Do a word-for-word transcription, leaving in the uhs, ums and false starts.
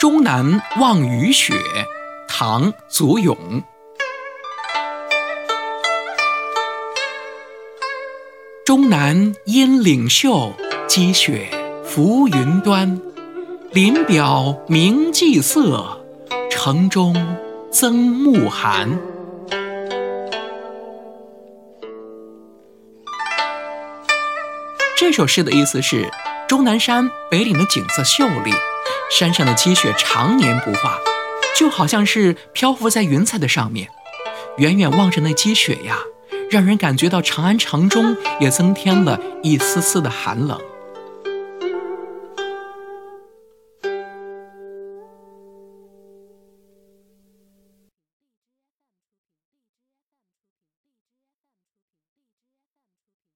终南望雨雪，唐·祖咏。终南烟岭秀，积雪浮云端。林表明霁色，城中增暮寒。这首诗的意思是，终南山北岭的景色秀丽，山上的积雪常年不化，就好像是漂浮在云彩的上面。远远望着那积雪呀，让人感觉到长安城中也增添了一丝丝的寒冷。